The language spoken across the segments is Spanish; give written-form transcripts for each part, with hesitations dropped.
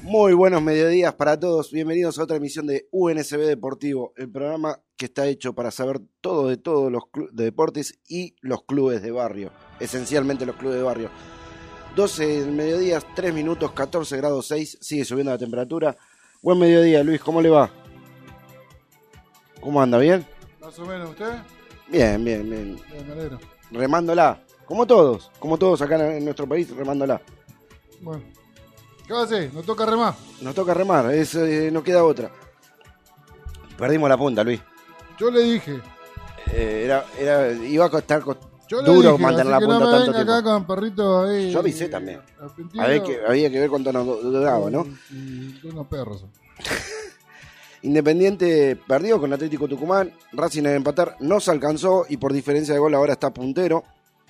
Muy buenos mediodías para todos. Bienvenidos a otra emisión de UNSB Deportivo, el programa que está hecho para saber todo de todos los de deportes y los clubes de barrio, esencialmente los clubes de barrio. 12 del mediodía, 3 minutos, 14 grados 6, sigue subiendo la temperatura. Buen mediodía, Luis, ¿cómo le va? ¿Cómo anda? ¿Bien? Más o menos, ¿usted? Bien. Bien, me alegro. Remándola, como todos acá en nuestro país, remándola. Bueno, ¿qué va a hacer? Nos toca remar. Nos toca remar, no queda otra. Perdimos la punta, Luis. Yo le dije. Iba a costar Yo duro dije, mantener la así que punta no me tanto venga tiempo. acá con perritos ahí. Yo avisé también. Arrepentido. Había que ver cuánto nos duraba, ¿no? Y unos perros. Independiente perdió con Atlético Tucumán. Racing al empatar no se alcanzó y por diferencia de gol ahora está puntero.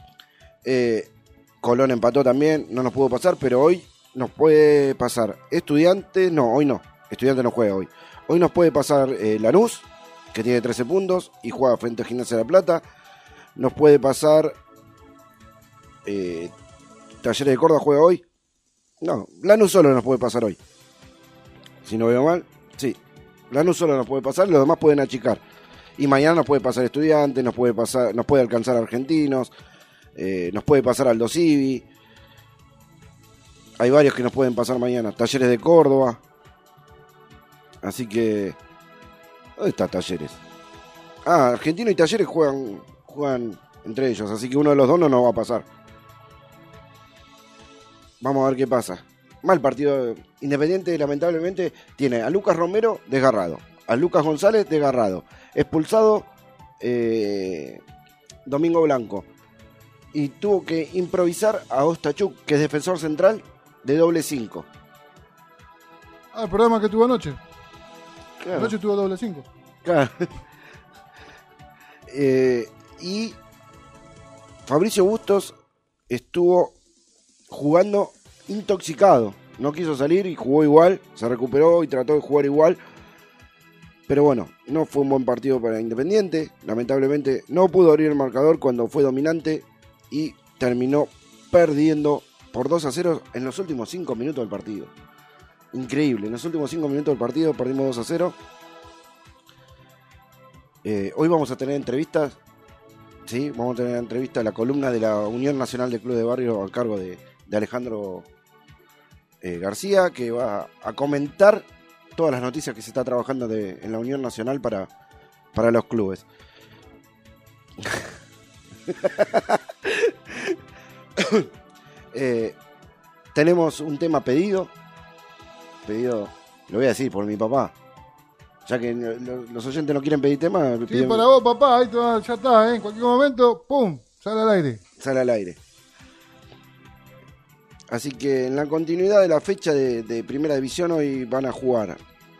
Colón empató también, no nos pudo pasar, pero hoy nos puede pasar. Estudiantes, no, hoy no. Estudiantes no juega hoy. Hoy nos puede pasar Lanús, que tiene 13 puntos y juega frente a Gimnasia de la Plata. Nos puede pasar Talleres de Córdoba juega hoy. No, Lanús solo nos puede pasar hoy. Si no veo mal, sí. Lanús solo nos puede pasar, los demás pueden achicar. Y mañana nos puede pasar Estudiantes, nos puede alcanzar Argentinos, nos puede pasar Aldo Civi. Hay varios que nos pueden pasar mañana. Talleres de Córdoba. Así que... ¿dónde está Talleres? Argentino y Talleres juegan entre ellos, así que uno de los dos no nos va a pasar. Vamos a ver qué pasa. Mal partido. Independiente, lamentablemente, tiene a Lucas Romero desgarrado, a Lucas González desgarrado, expulsado Domingo Blanco, y tuvo que improvisar a Ostachuk, que es defensor central de doble 5. El programa que tuvo anoche. Claro. Anoche tuvo doble 5. Claro. Y Fabricio Bustos estuvo jugando intoxicado. No quiso salir y jugó igual. Se recuperó y trató de jugar igual. Pero bueno, no fue un buen partido para Independiente. Lamentablemente no pudo abrir el marcador cuando fue dominante y terminó perdiendo por 2-0 en los últimos 5 minutos del partido. Increíble, en los últimos 5 minutos del partido perdimos 2-0. Hoy vamos a tener entrevistas. Sí, vamos a tener entrevista a la columna de la Unión Nacional de Club de Barrio a cargo de Alejandro García, que va a comentar todas las noticias que se está trabajando en la Unión Nacional para los clubes. Tenemos un tema pedido, lo voy a decir por mi papá, ya que los oyentes no quieren pedir temas. Sí, para vos, papá, ahí ya está, en cualquier momento, ¡pum!, sale al aire. Así que en la continuidad de la fecha de Primera División hoy van a jugar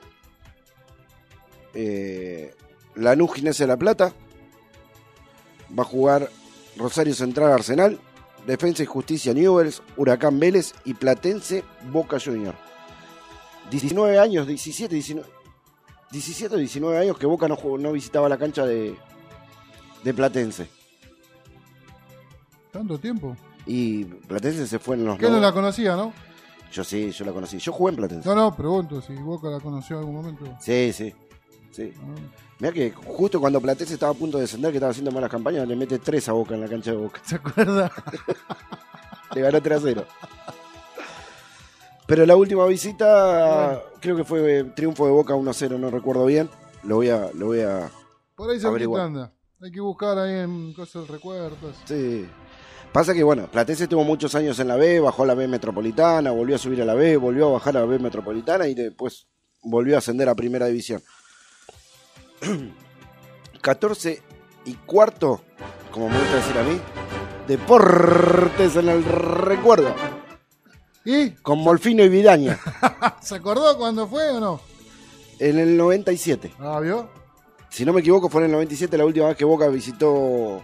Lanús Gimnasia de la Plata, va a jugar Rosario Central Arsenal, Defensa y Justicia Newell's, Huracán Vélez y Platense Boca Juniors. 19 años, 17 o 19 años que Boca no visitaba la cancha de Platense. ¿Tanto tiempo? Y Platense se fue en los... ¿Qué no la conocía, no? Yo sí, yo la conocí. Yo jugué en Platense. No, pregunto si Boca la conoció en algún momento. Sí. Mirá que justo cuando Platense estaba a punto de descender, que estaba haciendo malas campañas, le mete 3 a Boca en la cancha de Boca. ¿Se acuerda? Le ganó 3-0. Pero la última visita, creo que fue triunfo de Boca 1-0, no recuerdo bien. Lo voy a por ahí se averiguar. anda. Hay que buscar ahí en cosas de recuerdos. Sí. Pasa que, bueno, Platense tuvo muchos años en la B, bajó a la B Metropolitana, volvió a subir a la B, volvió a bajar a la B Metropolitana y después volvió a ascender a Primera División. 14 y cuarto, como me gusta decir a mí, Deportes en el recuerdo. ¿Y? Con Molfino y Vidaña. ¿Se acordó cuándo fue o no? En el 97. ¿Vio? Si no me equivoco, fue en el 97 la última vez que Boca visitó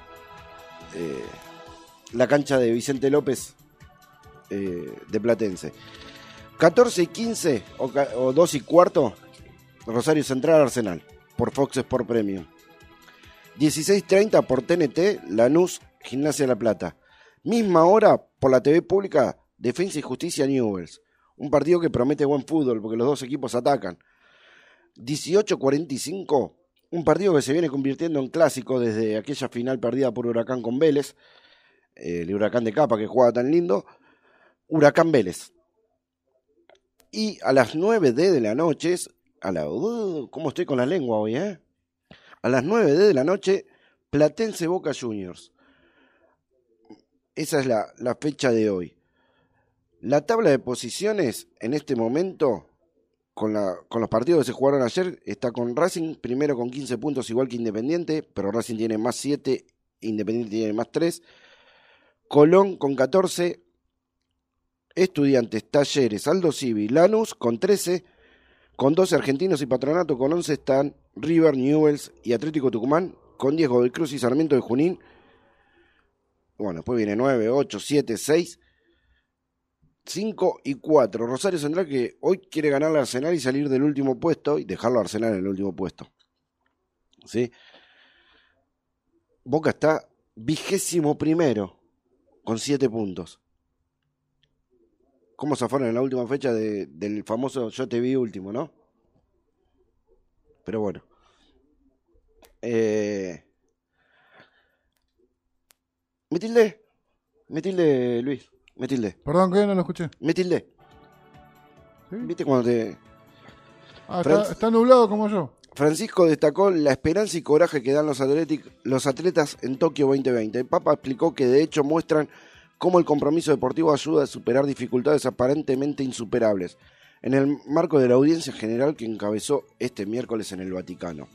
la cancha de Vicente López de Platense. 14 y 15 o 2 y cuarto, Rosario Central Arsenal por Fox Sport Premium. 16:30 por TNT, Lanús Gimnasia de la Plata. Misma hora por la TV pública, Defensa y Justicia Newell's. Un partido que promete buen fútbol porque los dos equipos atacan. 18-45, un partido que se viene convirtiendo en clásico desde aquella final perdida por Huracán con Vélez. El Huracán de Capa que jugaba tan lindo. Huracán Vélez. Y a las 9 de la noche, ¿cómo estoy con la lengua hoy, eh? A las 9 de la noche, Platense Boca Juniors. Esa es la fecha de hoy. La tabla de posiciones en este momento, con los partidos que se jugaron ayer, está con Racing primero con 15 puntos igual que Independiente, pero Racing tiene más 7, Independiente tiene más 3. Colón con 14, Estudiantes, Talleres, Aldo Civi, Lanús con 13, con 12 Argentinos y Patronato con 11 están River, Newell's y Atlético Tucumán, con 10 Godoy Cruz y Sarmiento de Junín. Bueno, después viene 9, 8, 7, 6, 5 y 4. Rosario Central que hoy quiere ganar al Arsenal y salir del último puesto y dejarlo a Arsenal en el último puesto. ¿Sí? Boca está 21º con 7 puntos. ¿Cómo se fueron en la última fecha del famoso Yo te vi último, no? Pero bueno. Me tilde, Luis. Me tilde. Perdón, que no lo escuché. Me tilde. ¿Sí? ¿Viste cuando te...? Está nublado como yo. Francisco destacó la esperanza y coraje que dan los atletas en Tokio 2020. El Papa explicó que de hecho muestran cómo el compromiso deportivo ayuda a superar dificultades aparentemente insuperables, en el marco de la audiencia general que encabezó este miércoles en el Vaticano.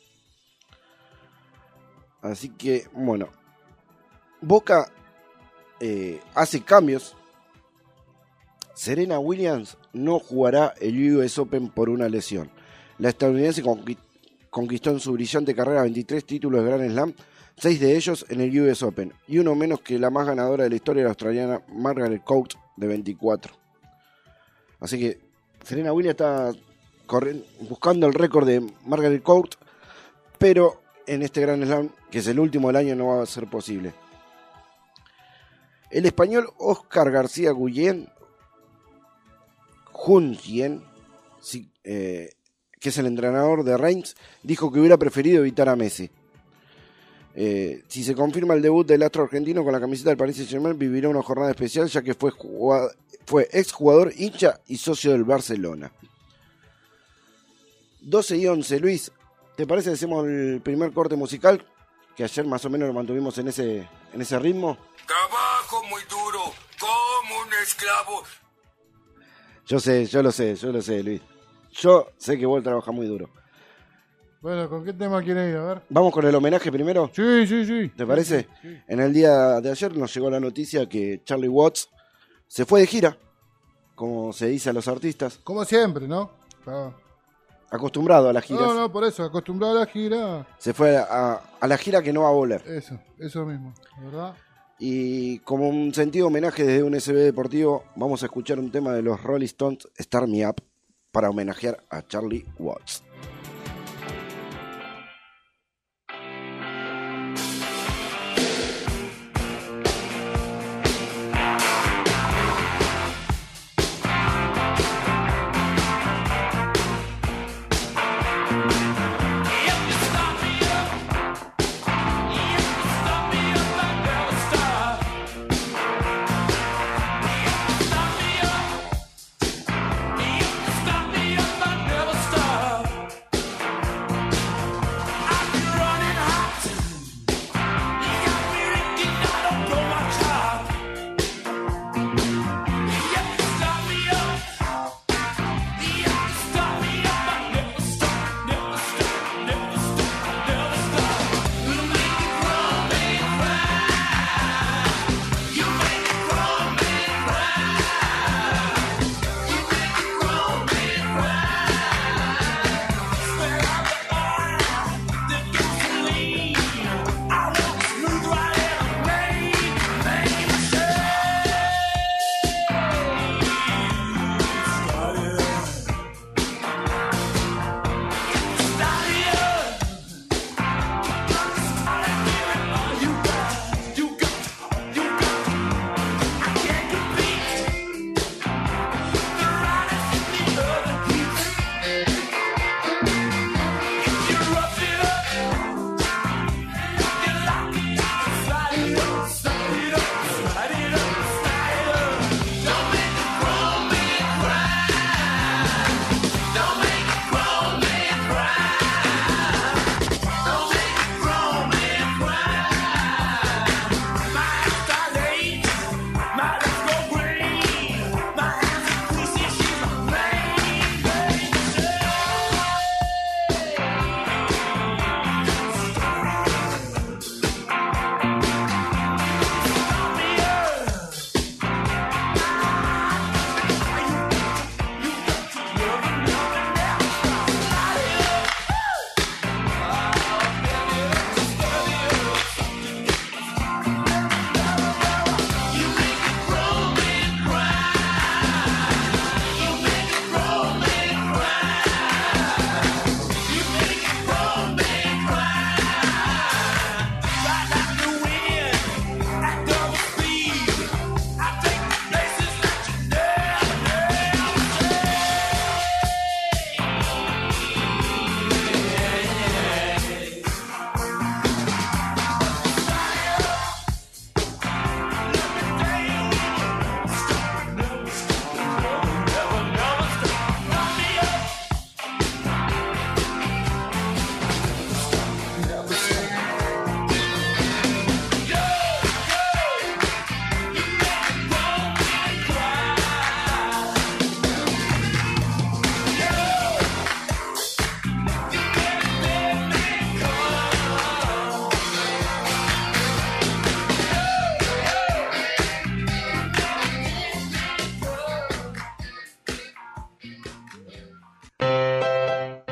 Así que, bueno, Boca hace cambios. Serena Williams no jugará el US Open por una lesión. La estadounidense conquistó en su brillante carrera 23 títulos de Grand Slam, 6 de ellos en el US Open, y uno menos que la más ganadora de la historia, la australiana Margaret Court, de 24. Así que Serena Williams está buscando el récord de Margaret Court, pero en este Grand Slam, que es el último del año, no va a ser posible. El español Óscar García Guillén, que es el entrenador de Reims, dijo que hubiera preferido evitar a Messi. Si se confirma el debut del astro argentino con la camiseta del Paris Saint-Germain, vivirá una jornada especial, ya que fue exjugador, hincha y socio del Barcelona. 12 y 11, Luis, ¿te parece que hacemos el primer corte musical? Que ayer más o menos lo mantuvimos en ese ritmo. Trabajo muy duro, como un esclavo. Yo lo sé, Luis. Yo sé que vos trabajás muy duro. Bueno, ¿con qué tema quiere ir? A ver. ¿Vamos con el homenaje primero? Sí. ¿Te parece? Sí. En el día de ayer nos llegó la noticia que Charlie Watts se fue de gira, como se dice a los artistas. Como siempre, ¿no? Acostumbrado a las giras. No, por eso, acostumbrado a la gira. Se fue a la gira que no va a volver. Eso mismo, ¿verdad? Y como un sentido homenaje desde un SB Deportivo, vamos a escuchar un tema de los Rolling Stones, Start Me Up, para homenajear a Charlie Watts. Stop me up, I never stop.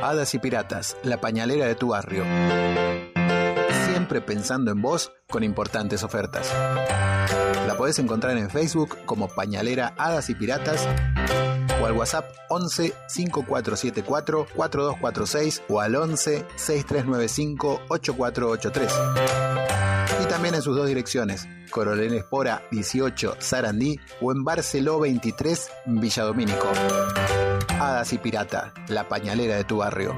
Hadas y Piratas, la pañalera de tu barrio. Siempre pensando en vos con importantes ofertas. La podés encontrar en Facebook como Pañalera Hadas y Piratas o al WhatsApp 11 5474 4246 o al 11 6395 8483. Y también en sus dos direcciones, Coronel Espora 18 Sarandí o en Barceló 23 Villa Domínico. Hadas y Pirata, la pañalera de tu barrio.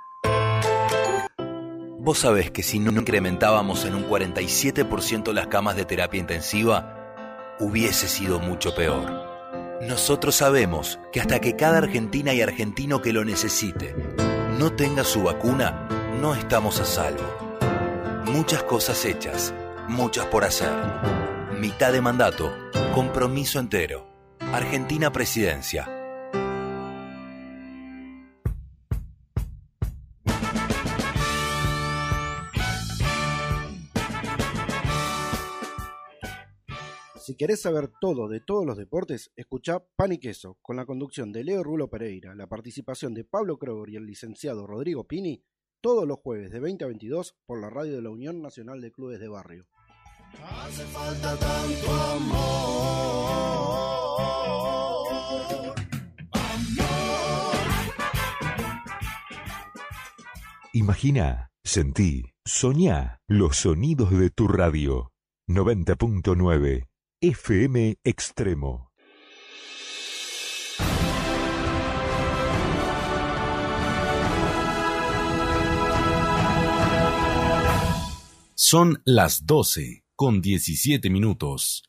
Vos sabés que si no incrementábamos en un 47% las camas de terapia intensiva, hubiese sido mucho peor. Nosotros sabemos que hasta que cada argentina y argentino que lo necesite no tenga su vacuna, no estamos a salvo. Muchas cosas hechas, muchas por hacer. Mitad de mandato, compromiso entero. Argentina Presidencia. Si querés saber todo de todos los deportes, escuchá Pan y Queso, con la conducción de Leo Rulo Pereira, la participación de Pablo Kroger y el licenciado Rodrigo Pini, todos los jueves de 20 a 22 por la radio de la Unión Nacional de Clubes de Barrio. Hace falta tanto amor, amor. Imagina, sentí, soñá los sonidos de tu radio. 90.9 FM Extremo. Son las 12:17.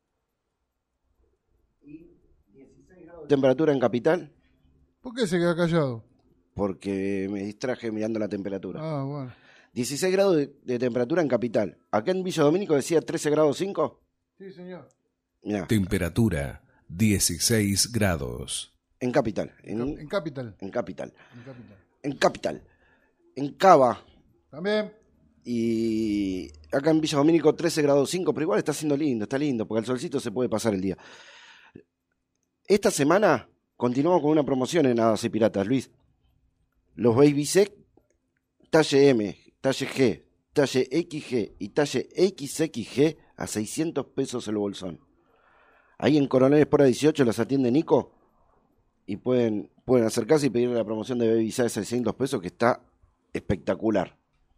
¿Temperatura en Capital? ¿Por qué se queda callado? Porque me distraje mirando la temperatura. Ah, bueno. 16 grados de temperatura en Capital. Acá en Villa Domínico decía 13 grados 5. Sí, señor. Mirá, Temperatura 16 grados. en Capital. En Capital. En Capital. En Capital. En Capital. En Cava. También. Y acá en Villa Domínico 13 grados 5, pero igual está siendo lindo, está lindo, porque el solcito se puede pasar el día. Esta semana continuamos con una promoción en Hadas y Piratas, Luis. Los Baby Sec, talle M, talle G, talle XG y talle XXG a 600 pesos el bolsón. Ahí en Coronel Espora 18 los atiende Nico y pueden acercarse y pedirle la promoción de Baby Sec de 600 pesos que está espectacular.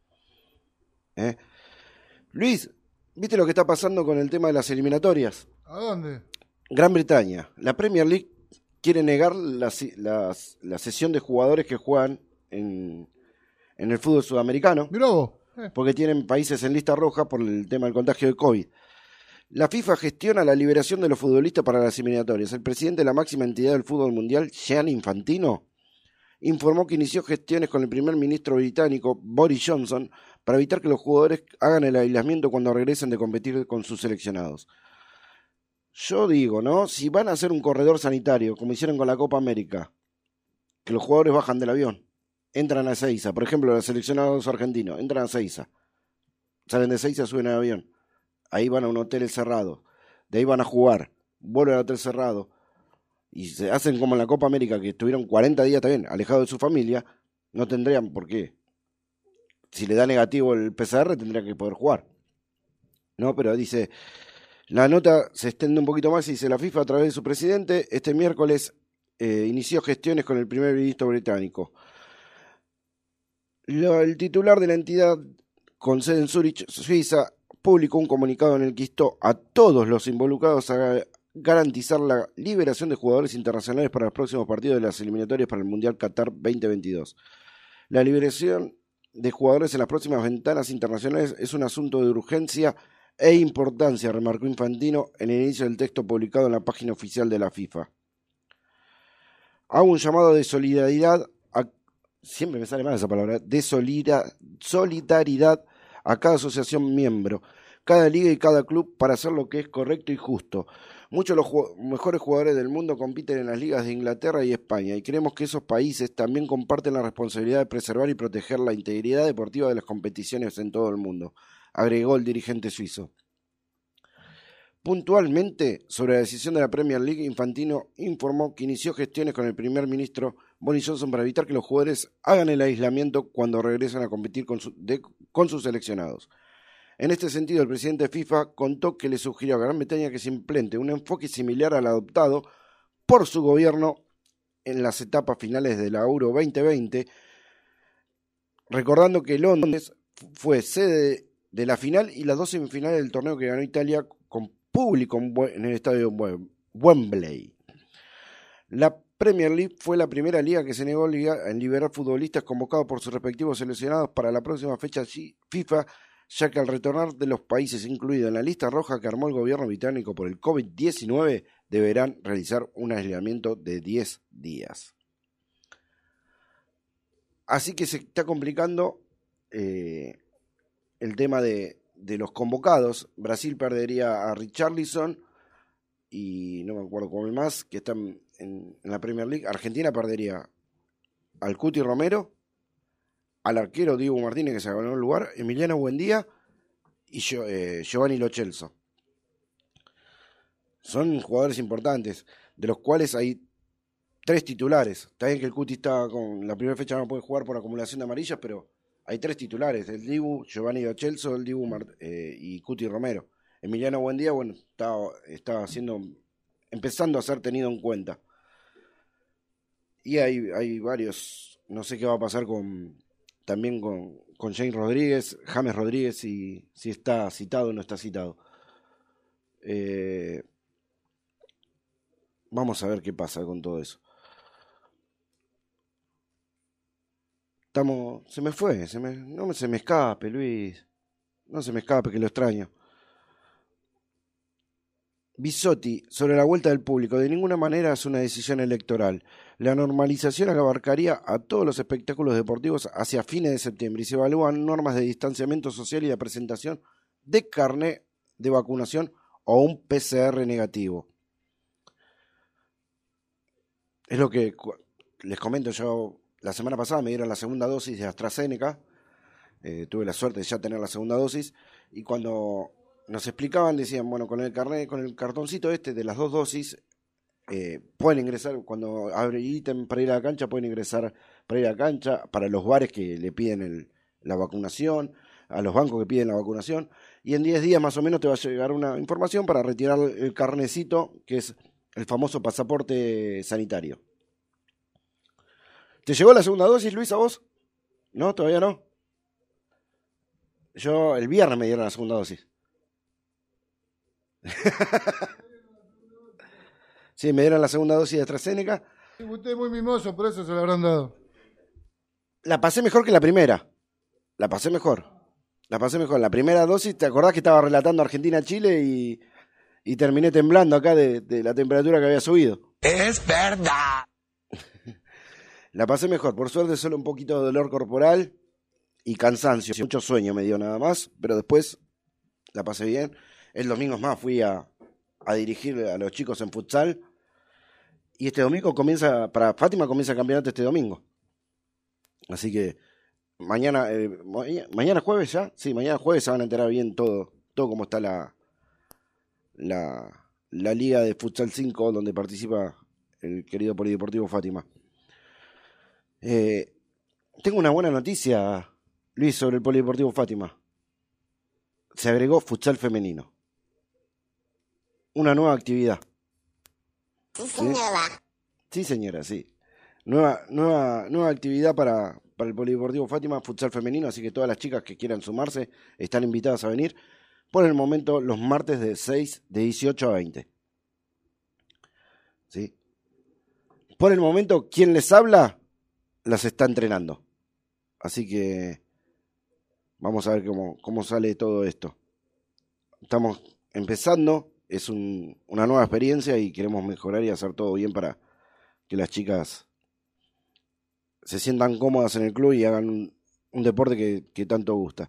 Luis, ¿viste lo que está pasando con el tema de las eliminatorias? ¿A dónde? Gran Bretaña. La Premier League quiere negar la sesión de jugadores que juegan en el fútbol sudamericano. Mirá vos. Porque tienen países en lista roja por el tema del contagio de COVID. La FIFA gestiona la liberación de los futbolistas para las eliminatorias. El presidente de la máxima entidad del fútbol mundial, Gianni Infantino, informó que inició gestiones con el primer ministro británico, Boris Johnson, para evitar que los jugadores hagan el aislamiento cuando regresen de competir con sus seleccionados. Yo digo, ¿no? Si van a hacer un corredor sanitario, como hicieron con la Copa América, que los jugadores bajan del avión, entran a Ezeiza, por ejemplo, los seleccionados argentinos, entran a Ezeiza, salen de Ezeiza, suben al avión, ahí van a un hotel cerrado, de ahí van a jugar, vuelven al hotel cerrado, y se hacen como en la Copa América, que estuvieron 40 días también alejados de su familia, no tendrían por qué. Si le da negativo el PCR, tendría que poder jugar. No, pero dice, la nota se extiende un poquito más y dice, la FIFA a través de su presidente, este miércoles inició gestiones con el primer ministro británico. El titular de la entidad con sede en Zúrich, Suiza, publicó un comunicado en el que instó a todos los involucrados a garantizar la liberación de jugadores internacionales para los próximos partidos de las eliminatorias para el Mundial Qatar 2022. La liberación de jugadores en las próximas ventanas internacionales es un asunto de urgencia e importancia, remarcó Infantino en el inicio del texto publicado en la página oficial de la FIFA. Hago un llamado de solidaridad, siempre me sale mal esa palabra, de solidaridad a cada asociación miembro, cada liga y cada club para hacer lo que es correcto y justo. Muchos de los mejores jugadores del mundo compiten en las ligas de Inglaterra y España y creemos que esos países también comparten la responsabilidad de preservar y proteger la integridad deportiva de las competiciones en todo el mundo, agregó el dirigente suizo. Puntualmente, sobre la decisión de la Premier League, Infantino informó que inició gestiones con el primer ministro Boris Johnson para evitar que los jugadores hagan el aislamiento cuando regresen a competir con sus seleccionados. En este sentido, el presidente de FIFA contó que le sugirió a Gran Bretaña que se implemente un enfoque similar al adoptado por su gobierno en las etapas finales de la Euro 2020, recordando que Londres fue sede de la final y las 2 semifinales del torneo que ganó Italia con público en el estadio Wembley. La Premier League fue la primera liga que se negó en liberar futbolistas convocados por sus respectivos seleccionados para la próxima fecha FIFA, ya que al retornar de los países incluidos en la lista roja que armó el gobierno británico por el COVID-19, deberán realizar un aislamiento de 10 días. Así que se está complicando el tema de los convocados. Brasil perdería a Richarlison y no me acuerdo con el más, que están en la Premier League. Argentina perdería al Cuti Romero, al arquero Diego Martínez, que se ganó el lugar, Emiliano Buendía y Giovanni Lo Celso. Son jugadores importantes, de los cuales hay 3 titulares. Está bien que el Cuti está con la primera fecha, no puede jugar por acumulación de amarillas, pero hay 3 titulares: el Dibu, Giovanni Lo Celso, el Dibu y Cuti Romero. Emiliano Buendía, bueno, está empezando a ser tenido en cuenta. Y hay varios, no sé qué va a pasar también con James Rodríguez, si está citado o no está citado. Vamos a ver qué pasa con todo eso. Se me fue, no se me escape, Luis. No se me escape, que lo extraño. Bisotti, sobre la vuelta del público, de ninguna manera es una decisión electoral. La normalización abarcaría a todos los espectáculos deportivos hacia fines de septiembre y se evalúan normas de distanciamiento social y la presentación de carnet de vacunación o un PCR negativo. Es lo que les comento yo. La semana pasada me dieron la segunda dosis de AstraZeneca. Tuve la suerte de ya tener la segunda dosis. Y cuando nos explicaban, decían, bueno, con el carnet, con el cartoncito de las 2 dosis, pueden ingresar, cuando habiliten para ir a la cancha, pueden ingresar para ir a la cancha, para los bares que le piden la vacunación, a los bancos que piden la vacunación. Y en 10 días más o menos te va a llegar una información para retirar el carnecito, que es el famoso pasaporte sanitario. ¿Te llegó la segunda dosis, Luis, a vos? ¿No? ¿Todavía no? Yo el viernes me dieron la segunda dosis. Sí, me dieron la segunda dosis de AstraZeneca. Sí, usted es muy mimoso, por eso se lo habrán dado. La pasé mejor que la primera. La pasé mejor. La primera dosis, ¿te acordás que estaba relatando Argentina-Chile y terminé temblando acá de la temperatura que había subido? Es verdad. La pasé mejor, por suerte solo un poquito de dolor corporal y cansancio, mucho sueño me dio nada más, pero después la pasé bien. El domingo más fui a dirigir a los chicos en futsal y este domingo para Fátima comienza el campeonato este domingo. Así que mañana jueves ya, sí, mañana jueves se van a enterar bien todo cómo está la liga de futsal 5 donde participa el querido Polideportivo Fátima. Tengo una buena noticia, Luis, sobre el Polideportivo Fátima. Se agregó futsal femenino. Una nueva actividad. Sí, señora. Sí, señora, sí. Nueva actividad para el Polideportivo Fátima, futsal femenino, así que todas las chicas que quieran sumarse están invitadas a venir. Por el momento, los martes de 18 a 20. ¿Sí? Por el momento, ¿quién les habla? Las está entrenando. Así que vamos a ver cómo sale todo esto. Estamos empezando, es una nueva experiencia y queremos mejorar y hacer todo bien para que las chicas se sientan cómodas en el club y hagan un deporte que tanto gusta.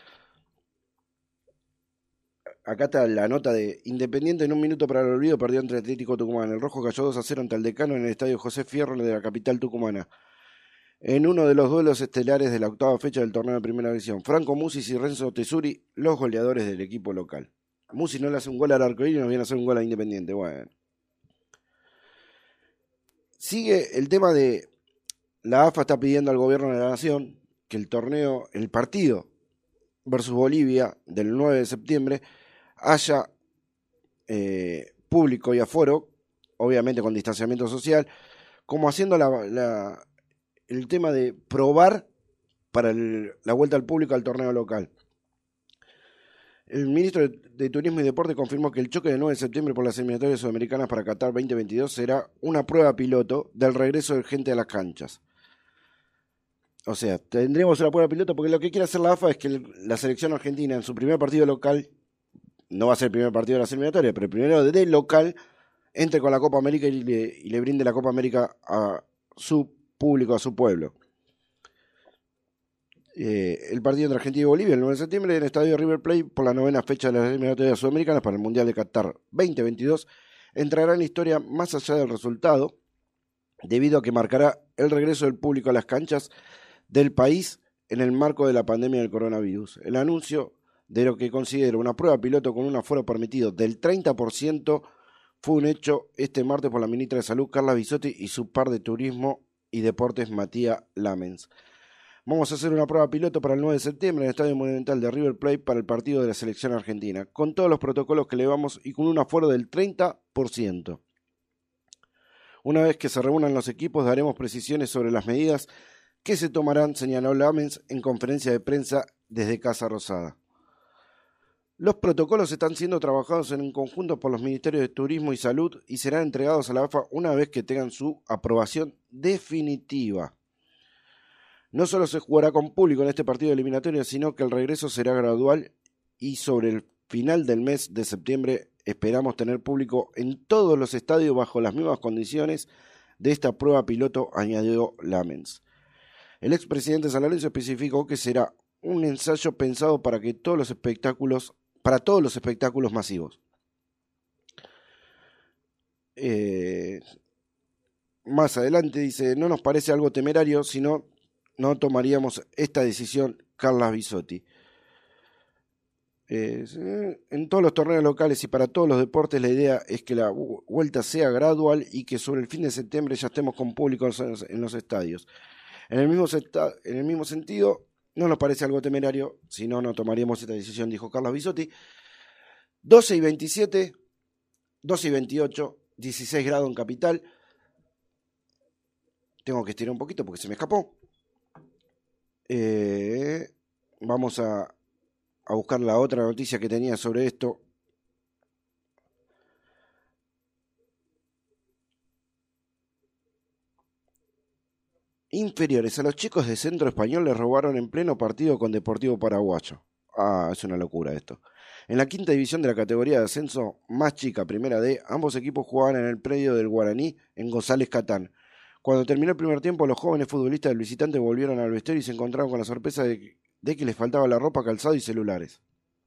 Acá está la nota de Independiente en un minuto para el olvido, perdió entre Atlético Tucumán. El Rojo cayó 2-0 ante el Decano en el estadio José Fierro de la capital tucumana. En uno de los duelos estelares de la octava fecha del torneo de Primera División, Franco Musis y Renzo Tesuri, los goleadores del equipo local. Musi no le hace un gol al Arcoíris y nos viene a hacer un gol a Independiente. Bueno. Sigue el tema de la AFA está pidiendo al gobierno de la nación que el partido versus Bolivia del 9 de septiembre haya público y aforo, obviamente con distanciamiento social, como haciendo el tema de probar para la vuelta al público al torneo local. El ministro de Turismo y Deporte confirmó que el choque del 9 de septiembre por las eliminatorias sudamericanas para Qatar 2022 será una prueba piloto del regreso de gente a las canchas. O sea, tendremos una prueba piloto porque lo que quiere hacer la AFA es que la selección argentina en su primer partido local, no va a ser el primer partido de las eliminatorias, pero el primero de local, entre con la Copa América y le brinde la Copa América a su público, a su pueblo. El partido entre Argentina y Bolivia el 9 de septiembre en el estadio River Plate por la 9ª fecha de las eliminatorias sudamericanas para el Mundial de Qatar 2022 entrará en la historia más allá del resultado, debido a que marcará el regreso del público a las canchas del país en el marco de la pandemia del coronavirus. El anuncio de lo que considero una prueba piloto con un aforo permitido del 30% fue un hecho este martes por la ministra de Salud Carla Bisotti y su par de Turismo y Deportes Matías Lamens. Vamos a hacer una prueba piloto para el 9 de septiembre en el Estadio Monumental de River Plate para el partido de la selección argentina, con todos los protocolos que elevamos y con un aforo del 30%. Una vez que se reúnan los equipos daremos precisiones sobre las medidas que se tomarán, señaló Lamens en conferencia de prensa desde Casa Rosada. Los protocolos están siendo trabajados en conjunto por los Ministerios de Turismo y Salud y serán entregados a la AFA una vez que tengan su aprobación definitiva. No solo se jugará con público en este partido eliminatorio, sino que el regreso será gradual y sobre el final del mes de septiembre esperamos tener público en todos los estadios bajo las mismas condiciones de esta prueba piloto, añadió Lamens. El expresidente San Lorenzo especificó que será un ensayo pensado para todos los espectáculos masivos. Más adelante dice, no nos parece algo temerario, sino no tomaríamos esta decisión, Carla Bisotti. En todos los torneos locales y para todos los deportes la idea es que la vuelta sea gradual y que sobre el fin de septiembre ya estemos con público en los estadios. En el mismo sentido, no nos parece algo temerario, si no, no tomaríamos esta decisión, dijo Carla Bisotti. 12 y 27, 12 y 28, 16 grados en Capital. Tengo que estirar un poquito porque se me escapó. Vamos a buscar la otra noticia que tenía sobre esto. Inferiores. A los chicos de Centro Español les robaron en pleno partido con Deportivo Paraguayo. Es una locura esto. En la quinta división de la categoría de ascenso más chica, Primera D, ambos equipos jugaban en el predio del Guaraní en González Catán. Cuando terminó el primer tiempo, los jóvenes futbolistas del visitante volvieron al vestuario y se encontraron con la sorpresa de que les faltaba la ropa, calzado y celulares.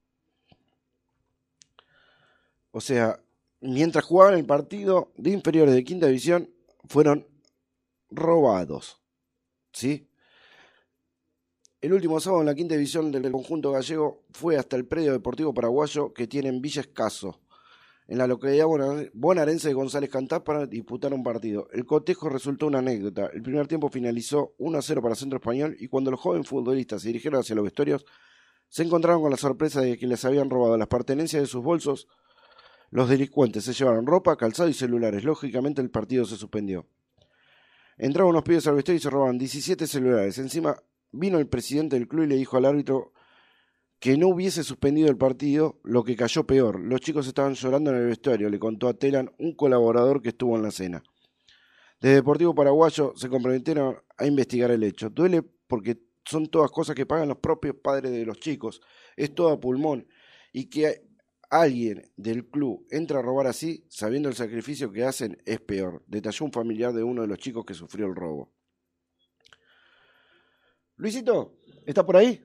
O sea, mientras jugaban el partido de inferiores de quinta división, fueron robados. ¿Sí? El último sábado en la quinta división del conjunto gallego fue hasta el predio deportivo paraguayo que tiene en Villa Escaso, en la localidad bonaerense de González Cantá, para disputar un partido. El cotejo resultó una anécdota. El primer tiempo finalizó 1-0 para Centro Español y cuando los jóvenes futbolistas se dirigieron hacia los vestuarios, se encontraron con la sorpresa de que les habían robado las pertenencias de sus bolsos. Los delincuentes se llevaron ropa, calzado y celulares. Lógicamente el partido se suspendió. Entraron unos pibes al vestuario y se robaron 17 celulares. Encima vino el presidente del club y le dijo al árbitro que no hubiese suspendido el partido, lo que cayó peor. Los chicos estaban llorando en el vestuario, le contó a Telan, un colaborador que estuvo en la cena. Desde Deportivo Paraguayo se comprometieron a investigar el hecho. Duele porque son todas cosas que pagan los propios padres de los chicos. Es todo a pulmón. Y que alguien del club entra a robar así, sabiendo el sacrificio que hacen, es peor. Detalló un familiar de uno de los chicos que sufrió el robo. Luisito, ¿está por ahí?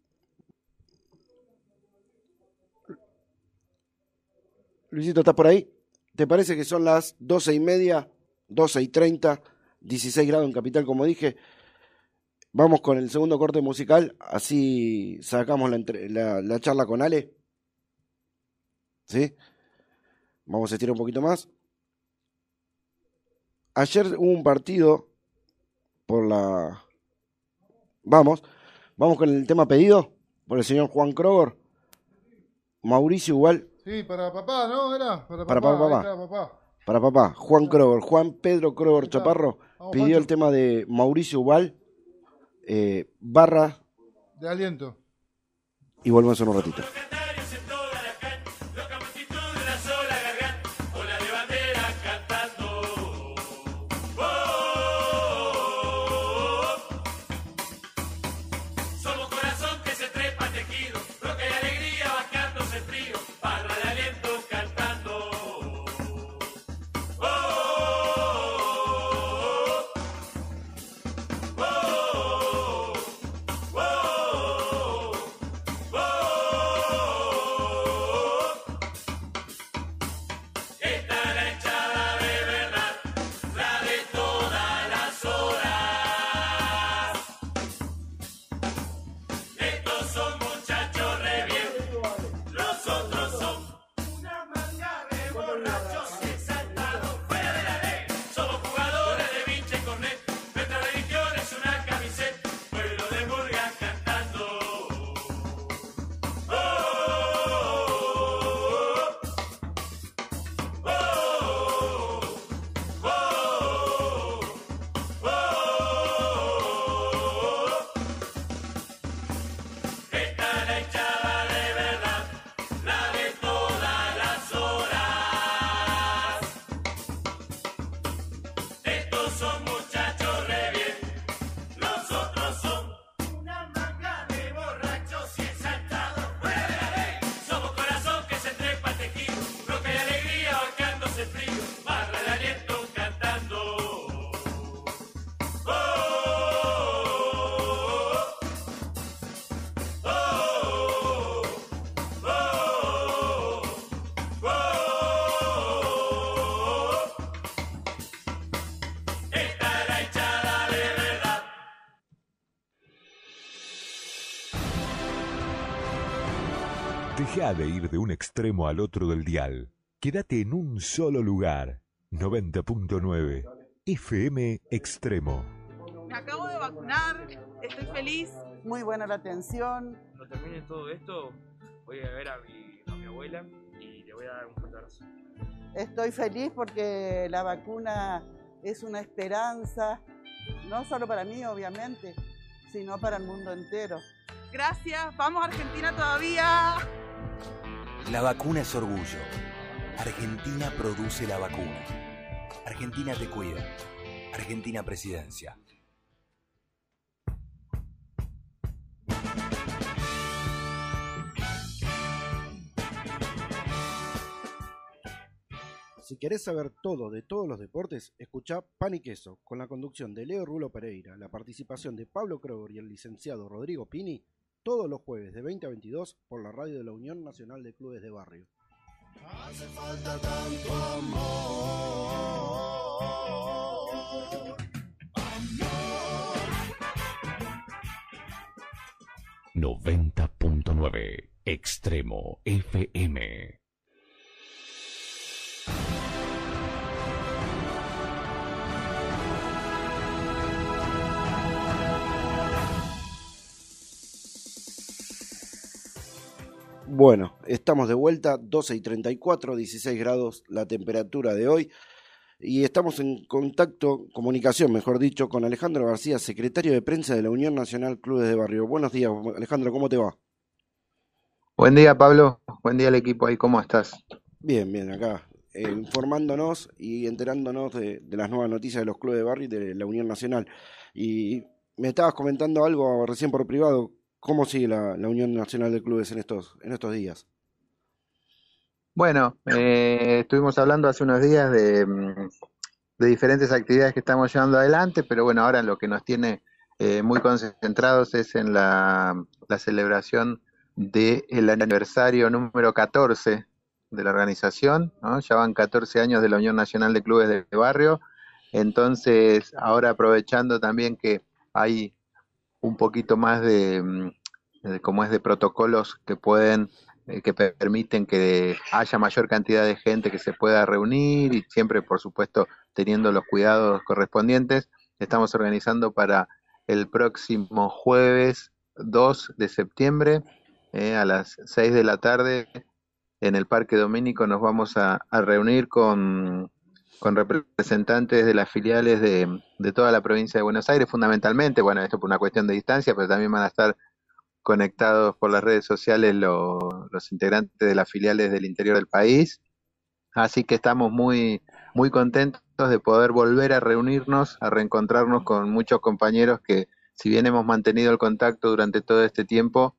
Luisito, ¿estás por ahí? ¿Te parece que son las 12:30, 12:30, 16 grados en Capital, como dije? Vamos con el segundo corte musical, así sacamos la charla con Ale. ¿Sí? Vamos a estirar un poquito más. Ayer hubo un partido por la... Vamos con el tema pedido por el señor Juan Kroger. Mauricio igual. Sí, para papá, ¿no? Era para Para papá. papá. Ahí está, papá. Para papá, Juan Kroger, Juan Pedro Kroger está. Chaparro, Vamos, pidió Pancho. el tema de Mauricio Ubal, barra, De aliento. y volvemos en un ratito. Deja de ir de un extremo al otro del dial. Quédate en un solo lugar. 90.9 FM Extremo. Me acabo de vacunar, estoy feliz. Muy buena la atención. Cuando termine todo esto, voy a ver a mi abuela y le voy a dar un fuerte abrazo. Estoy feliz porque la vacuna es una esperanza, no solo para mí, obviamente, sino para el mundo entero. Gracias, vamos Argentina todavía. La vacuna es orgullo. Argentina produce la vacuna. Argentina te cuida. Argentina Presidencia. Si querés saber todo de todos los deportes, escuchá Pan y Queso, con la conducción de Leo Rulo Pereira, la participación de Pablo Kroger y el licenciado Rodrigo Pini, todos los jueves de 20 a 22 por la radio de la Unión Nacional de Clubes de Barrio. Hace falta tanto amor. 90.9 Extremo FM. Bueno, estamos de vuelta, 12:34, 16 grados la temperatura de hoy, y estamos en comunicación, mejor dicho, con Alejandro García, secretario de prensa de la Unión Nacional Clubes de Barrio. Buenos días, Alejandro, ¿cómo te va? Buen día, Pablo. Buen día al equipo ahí, ¿cómo estás? Bien, bien, acá, informándonos y enterándonos de las nuevas noticias de los clubes de barrio y de la Unión Nacional. Y me estabas comentando algo recién por privado. ¿Cómo sigue la Unión Nacional de Clubes en estos días? Bueno, estuvimos hablando hace unos días de diferentes actividades que estamos llevando adelante, pero bueno, ahora lo que nos tiene muy concentrados es en la celebración del aniversario número 14 de la organización, ¿no? Ya van 14 años de la Unión Nacional de Clubes de Barrio, entonces ahora aprovechando también que hay un poquito más de protocolos que pueden que permiten que haya mayor cantidad de gente que se pueda reunir y siempre, por supuesto, teniendo los cuidados correspondientes. Estamos organizando para el próximo jueves 2 de septiembre a las 6 de la tarde en el Parque Domínico. Nos vamos a reunir con representantes de las filiales de toda la provincia de Buenos Aires, fundamentalmente, bueno, esto por una cuestión de distancia, pero también van a estar conectados por las redes sociales los integrantes de las filiales del interior del país. Así que estamos muy, muy contentos de poder volver a reunirnos, a reencontrarnos con muchos compañeros que, si bien hemos mantenido el contacto durante todo este tiempo,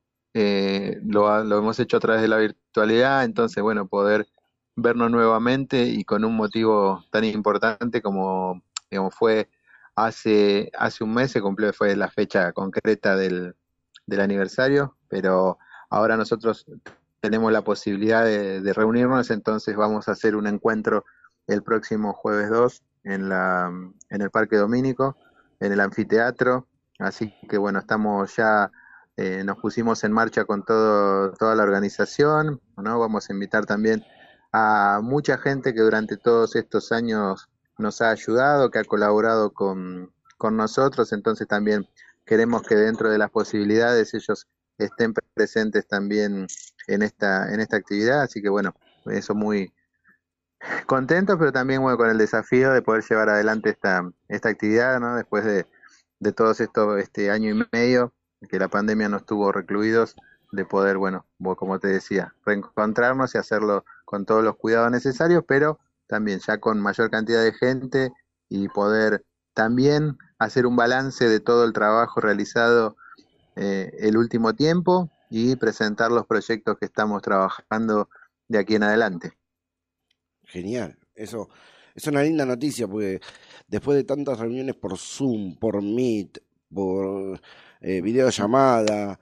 lo hemos hecho a través de la virtualidad. Entonces, bueno, poder vernos nuevamente y con un motivo tan importante como, digamos, fue hace un mes, fue la fecha concreta del aniversario, pero ahora nosotros tenemos la posibilidad de reunirnos. Entonces vamos a hacer un encuentro el próximo jueves 2 en el Parque Domínico, en el anfiteatro. Así que bueno, estamos ya, nos pusimos en marcha con toda la organización, ¿no? Vamos a invitar también a mucha gente que durante todos estos años nos ha ayudado, que ha colaborado con nosotros. Entonces también queremos que dentro de las posibilidades ellos estén presentes también en esta actividad. Así que bueno, eso, muy contentos, pero también bueno, con el desafío de poder llevar adelante esta actividad, ¿no? Después de todos este año y medio que la pandemia nos tuvo recluidos, de poder, bueno, como te decía, reencontrarnos y hacerlo con todos los cuidados necesarios, pero también ya con mayor cantidad de gente, y poder también hacer un balance de todo el trabajo realizado el último tiempo y presentar los proyectos que estamos trabajando de aquí en adelante. Genial, eso es una linda noticia, porque después de tantas reuniones por Zoom, por Meet, por videollamada,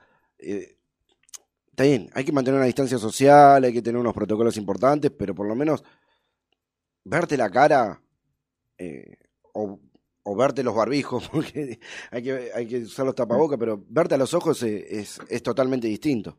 está bien, hay que mantener una distancia social, hay que tener unos protocolos importantes, pero por lo menos verte la cara o verte los barbijos, porque hay que usar los tapabocas, pero verte a los ojos es totalmente distinto.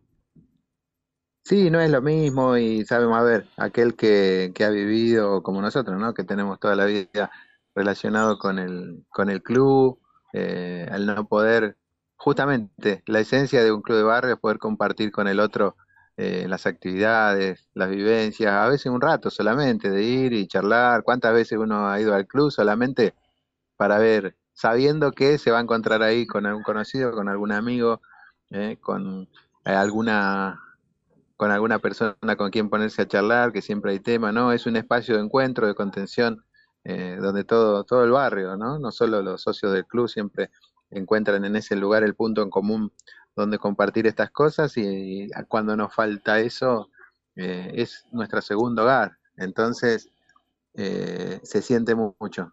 Sí, no es lo mismo, y sabemos, a ver, aquel que ha vivido como nosotros, ¿no? Que tenemos toda la vida relacionado con el club, al no poder, justamente, la esencia de un club de barrio es poder compartir con el otro las actividades, las vivencias, a veces un rato solamente de ir y charlar. ¿Cuántas veces uno ha ido al club solamente para ver, sabiendo que se va a encontrar ahí con algún conocido, con algún amigo, con alguna persona con quien ponerse a charlar, que siempre hay tema, ¿no? Es un espacio de encuentro, de contención, donde todo el barrio, ¿no? No solo los socios del club siempre encuentran en ese lugar el punto en común donde compartir estas cosas, y cuando nos falta eso, es nuestro segundo hogar. Entonces, se siente mucho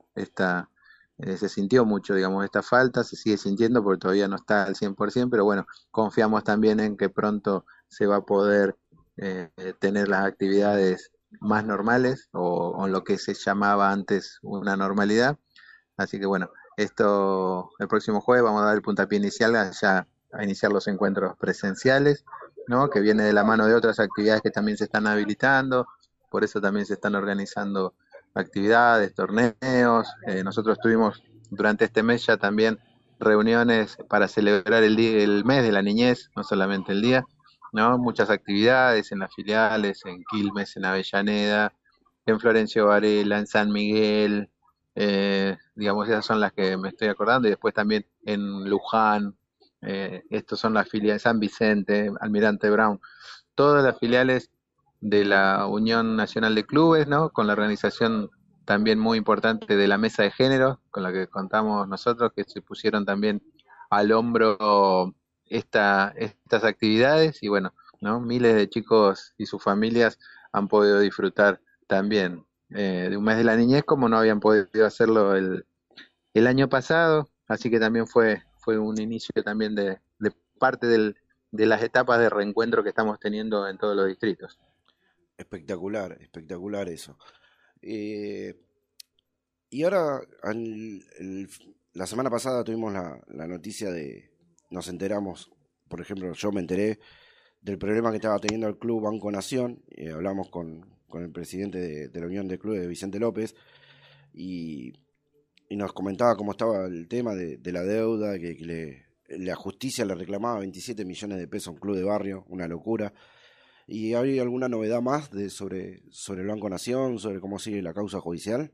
se sintió mucho, digamos, esta falta, se sigue sintiendo porque todavía no está al 100%, pero bueno, confiamos también en que pronto se va a poder tener las actividades más normales, o en lo que se llamaba antes una normalidad. Así que bueno, el próximo jueves vamos a dar el puntapié inicial a iniciar los encuentros presenciales, ¿no? Que viene de la mano de otras actividades que también se están habilitando. Por eso también se están organizando actividades, torneos. Nosotros tuvimos durante este mes ya también reuniones para celebrar el mes de la niñez, no solamente el día, ¿no? Muchas actividades en las filiales, en Quilmes, en Avellaneda, en Florencio Varela, en San Miguel, digamos, esas son las que me estoy acordando, y después también en Luján, estos son las filiales, San Vicente, Almirante Brown, todas las filiales de la Unión Nacional de Clubes, ¿no? Con la organización también muy importante de la Mesa de Género, con la que contamos nosotros, que se pusieron también al hombro estas actividades, y bueno, ¿no? Miles de chicos y sus familias han podido disfrutar también de un mes de la niñez como no habían podido hacerlo el año pasado. Así que también fue un inicio también de parte de las etapas de reencuentro que estamos teniendo en todos los distritos. Espectacular eso. Y ahora, la semana pasada tuvimos la noticia nos enteramos, por ejemplo, yo me enteré del problema que estaba teniendo el Club Banco Nación. Hablamos con el presidente de la Unión de Clubes, Vicente López, y nos comentaba cómo estaba el tema de la deuda, que la justicia le reclamaba 27 millones de pesos a un club de barrio, una locura. ¿Y hay alguna novedad más sobre el Banco Nación, sobre cómo sigue la causa judicial?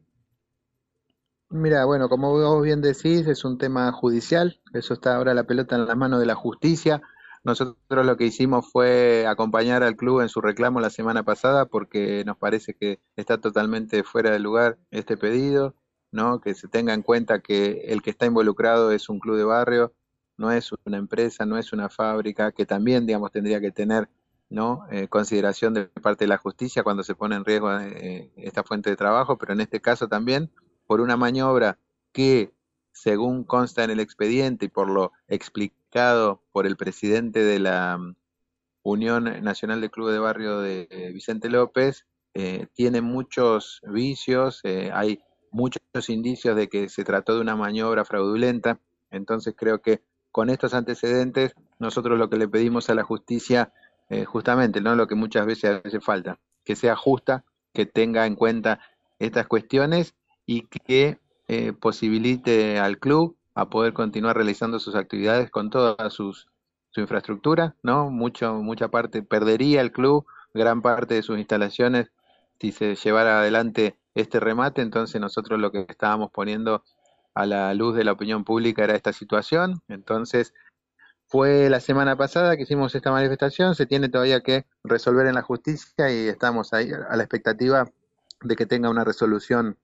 Mira, bueno, como vos bien decís, es un tema judicial, eso está ahora la pelota en las manos de la justicia. Nosotros lo que hicimos fue acompañar al club en su reclamo la semana pasada porque nos parece que está totalmente fuera de lugar este pedido, ¿no? Que se tenga en cuenta que el que está involucrado es un club de barrio, no es una empresa, no es una fábrica, que también, digamos, tendría que tener, ¿no? Consideración de parte de la justicia cuando se pone en riesgo esta fuente de trabajo, pero en este caso también por una maniobra que, según consta en el expediente y por lo explicado por el presidente de la Unión Nacional de Clubes de Barrio de Vicente López, tiene muchos vicios, hay muchos indicios de que se trató de una maniobra fraudulenta. Entonces creo que con estos antecedentes nosotros lo que le pedimos a la justicia, justamente, ¿no? Lo que muchas veces hace falta, que sea justa, que tenga en cuenta estas cuestiones y que posibilite al club a poder continuar realizando sus actividades con toda su infraestructura, ¿no? Mucha parte perdería el club, gran parte de sus instalaciones si se llevara adelante este remate. Entonces nosotros lo que estábamos poniendo a la luz de la opinión pública era esta situación. Entonces fue la semana pasada que hicimos esta manifestación, se tiene todavía que resolver en la justicia y estamos ahí a la expectativa de que tenga una resolución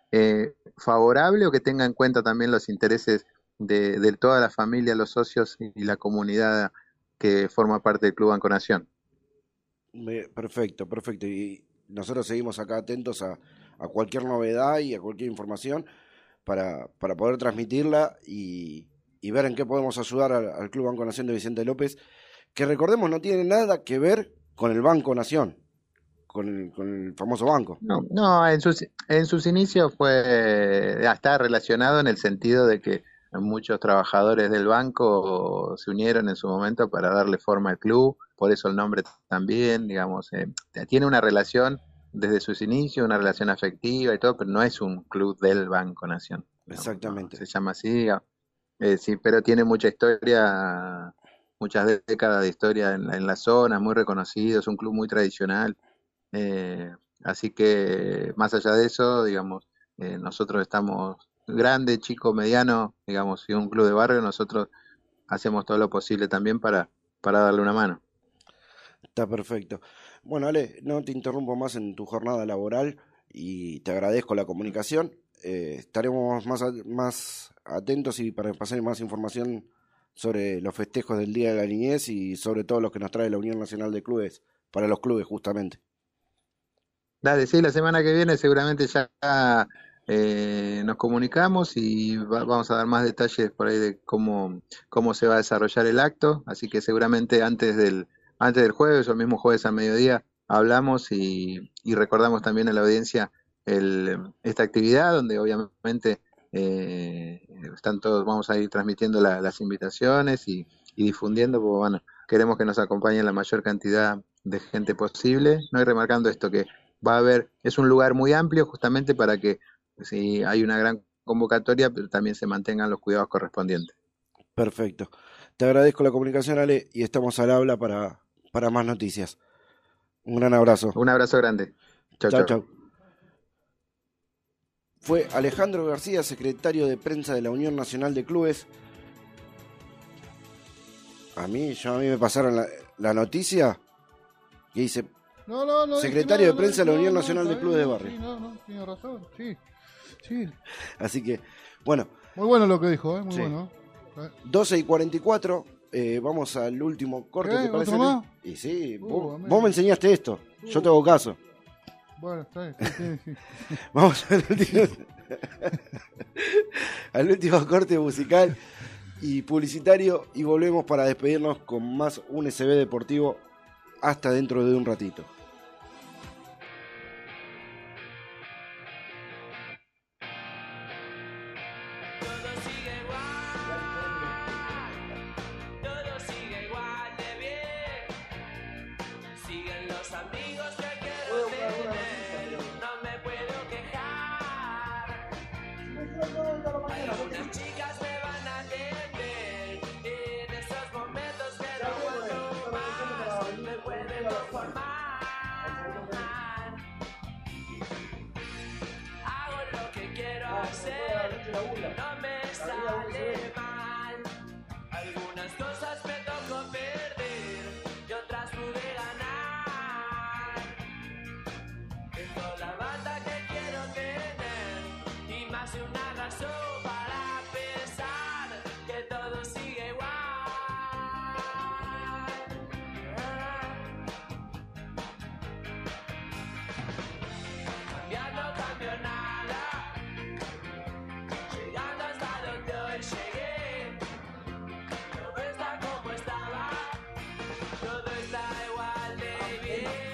favorable o que tenga en cuenta también los intereses de toda la familia, los socios y la comunidad que forma parte del Club Banco Nación. Perfecto. Y nosotros seguimos acá atentos a cualquier novedad y a cualquier información para poder transmitirla y ver en qué podemos ayudar al Club Banco Nación de Vicente López, que recordemos no tiene nada que ver con el Banco Nación, con el famoso banco. No, en sus inicios está relacionado en el sentido de que muchos trabajadores del banco se unieron en su momento para darle forma al club, por eso el nombre también, digamos, tiene una relación desde sus inicios, una relación afectiva y todo, pero no es un club del Banco Nación. Exactamente. No, se llama así, sí, pero tiene mucha historia, muchas décadas de historia en la zona, muy reconocido, es un club muy tradicional. Así que más allá de eso, digamos, nosotros estamos grande, chico, mediano, digamos, si un club de barrio, nosotros hacemos todo lo posible también para darle una mano. Está perfecto. Bueno, Ale, no te interrumpo más en tu jornada laboral y te agradezco la comunicación. Estaremos más atentos y para pasar más información sobre los festejos del Día de la Niñez y sobre todo lo que nos trae la Unión Nacional de Clubes para los clubes justamente. Dale, sí, la semana que viene seguramente ya nos comunicamos y vamos a dar más detalles por ahí de cómo se va a desarrollar el acto, así que seguramente antes del jueves o el mismo jueves al mediodía hablamos y recordamos también a la audiencia esta actividad donde obviamente están todos, vamos a ir transmitiendo las invitaciones y difundiendo, porque bueno, queremos que nos acompañe la mayor cantidad de gente posible, ¿no? Y remarcando esto que va a haber, es un lugar muy amplio justamente para que si hay una gran convocatoria, pero también se mantengan los cuidados correspondientes. Perfecto. Te agradezco la comunicación, Ale, y estamos al habla para más noticias. Un gran abrazo. Un abrazo grande. Chau. Fue Alejandro García, secretario de prensa de la Unión Nacional de Clubes. A mí me pasaron la noticia que dice secretario de prensa de la Unión Nacional de Clubes de Barrio. Sí, tiene razón, sí. Así que, bueno. Muy bueno lo que dijo, muy sí. bueno. 12:44, vamos al último corte, ¿te parece? ¿Otro más? Y sí, vos me enseñaste esto, yo te hago caso. Bueno, está bien, sí. Vamos al último corte musical y publicitario y volvemos para despedirnos con más un SB Deportivo hasta dentro de un ratito. Algunas chicas me van a atender en esos momentos que no aguanto más, me pueden conformar. Hago lo que quiero hacer, no me sale mal. Algunas cosas me tocó perder y otras pude ganar. Tengo la banda que quiero tener y más de una razón para pensar que todo sigue igual. Cambiar no cambio nada, llegando hasta donde hoy llegué. Todo está como estaba, todo está igual de bien.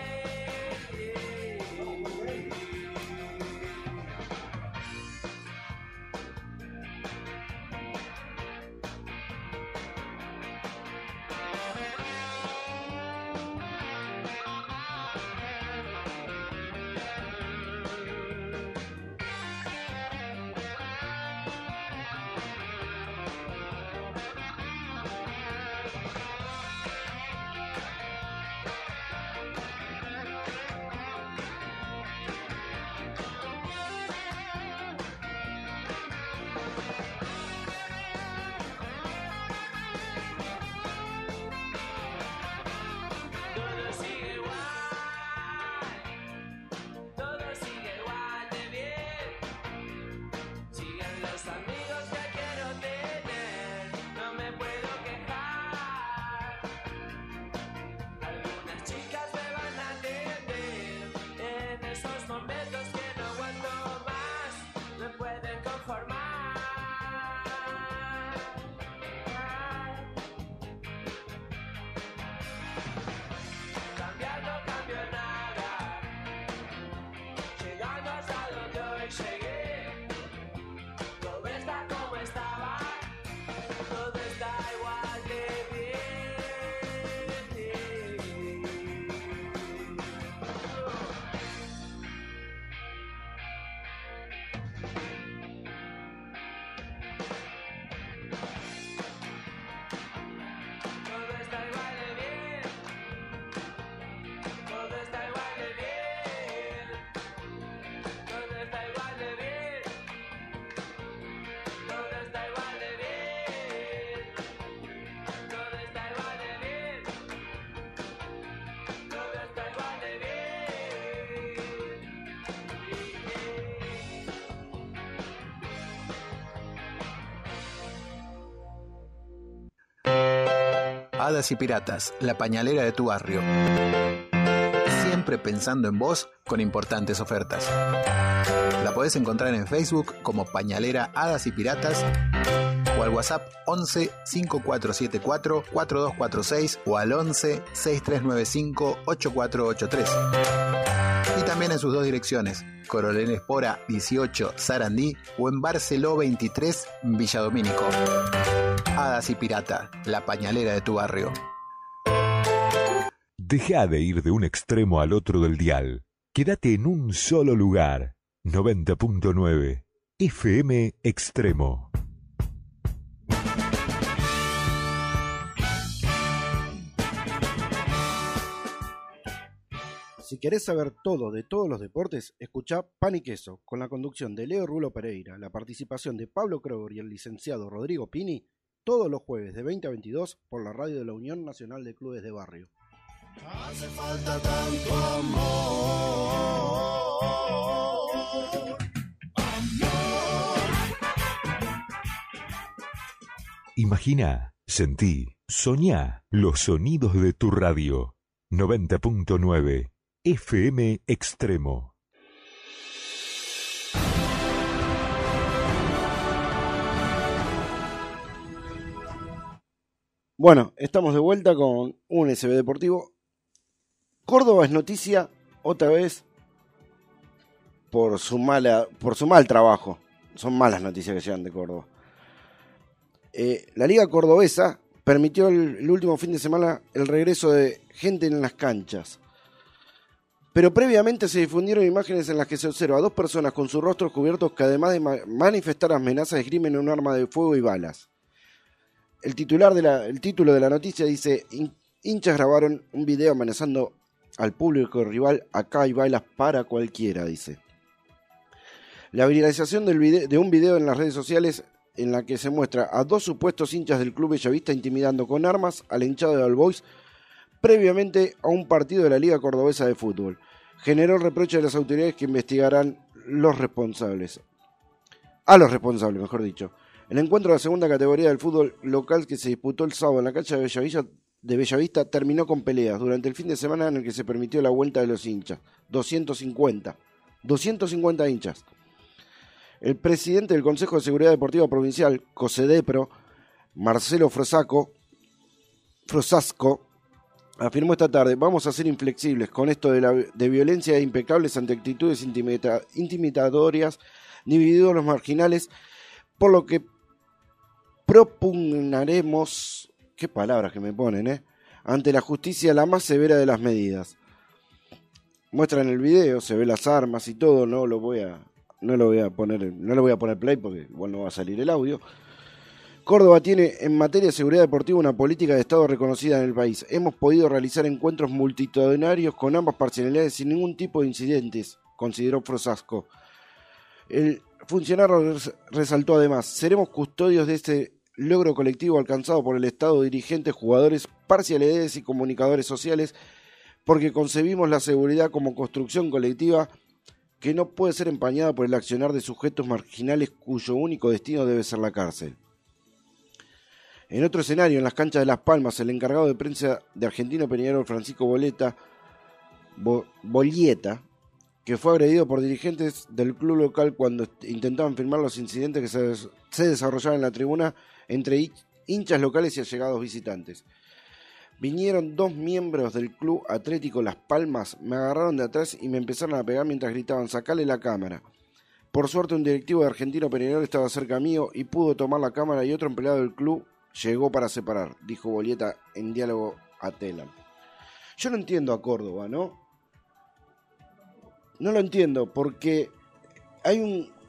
Todo sigue igual, todo sigue igual de bien. Siguen los amigos que quiero tener, no me puedo quejar. Algunas chicas me van a atender en esos momentos que no aguanto más, me pueden conformar. Cambiar no cambio nada, llegando hasta donde hoy llegué. Todo está como estaba, todo está igual de bien. Todo está igual de bien, todo está igual de bien, todo está igual de bien, todo está igual de bien, todo está igual de bien, todo está igual de bien. Hadas y Piratas, la pañalera de tu barrio. Siempre pensando en vos con importantes ofertas. La podés encontrar en Facebook como Pañalera Hadas y Piratas o al WhatsApp 11 5474 4246 o al 11 6395 8483. Y también en sus dos direcciones, Coronel Espora 18 Sarandí o en Barceló 23 Villa Domínico. Hadas y Pirata, la pañalera de tu barrio. Deja de ir de un extremo al otro del dial. Quédate en un solo lugar. 90.9 FM Extremo. Si querés saber todo de todos los deportes, escuchá Pan y Queso, con la conducción de Leo Rulo Pereira, la participación de Pablo Kroger y el licenciado Rodrigo Pini, todos los jueves de 20 a 22 por la radio de la Unión Nacional de Clubes de Barrio. Hace falta tanto amor. Imagina, sentí, soñá los sonidos de tu radio. 90.9 FM Extremo. Bueno, estamos de vuelta con un SB Deportivo. Córdoba es noticia otra vez por su mal trabajo. Son malas noticias que llegan de Córdoba. La Liga Cordobesa permitió el último fin de semana el regreso de gente en las canchas. Pero previamente se difundieron imágenes en las que se observa a 2 personas con sus rostros cubiertos que además de manifestar amenazas esgrimen un arma de fuego y balas. El título de la noticia dice: hinchas grabaron un video amenazando al público rival, acá hay balas para cualquiera, dice. La viralización de un video en las redes sociales en la que se muestra a 2 supuestos hinchas del club bellavista intimidando con armas al hinchado de All Boys previamente a un partido de la Liga Cordobesa de Fútbol. Generó el reproche de las autoridades que investigarán a los responsables, mejor dicho. El encuentro de la segunda categoría del fútbol local que se disputó el sábado en la cancha de Bellavista terminó con peleas durante el fin de semana en el que se permitió la vuelta de los hinchas. 250 hinchas. El presidente del Consejo de Seguridad Deportiva Provincial, COSEDEPRO, Marcelo Frosasco, afirmó esta tarde: vamos a ser inflexibles con esto de violencia impecables ante actitudes intimidatorias de individuos marginales, por lo que propugnaremos, qué palabras que me ponen, ante la justicia la más severa de las medidas. Muestran el video, se ve las armas y todo, no le voy a poner play porque igual no va a salir el audio. Córdoba tiene en materia de seguridad deportiva una política de Estado reconocida en el país. Hemos podido realizar encuentros multitudinarios con ambas parcialidades sin ningún tipo de incidentes, consideró Frosasco. El funcionario resaltó además: seremos custodios de este logro colectivo alcanzado por el Estado, dirigentes, jugadores, parcialidades y comunicadores sociales, porque concebimos la seguridad como construcción colectiva que no puede ser empañada por el accionar de sujetos marginales cuyo único destino debe ser la cárcel. En otro escenario, en las canchas de Las Palmas, el encargado de prensa de Argentino Peñarol, Francisco Bollieta, que fue agredido por dirigentes del club local cuando intentaban filmar los incidentes que se desarrollaban en la tribuna entre hinchas locales y allegados visitantes. Vinieron 2 miembros del Club Atlético Las Palmas, me agarraron de atrás y me empezaron a pegar mientras gritaban: sacale la cámara. Por suerte un directivo de Argentino Peñarol estaba cerca mío y pudo tomar la cámara y otro empleado del club llegó para separar, dijo Bollieta en diálogo a Telam. Yo no entiendo a Córdoba, ¿no? No lo entiendo porque hay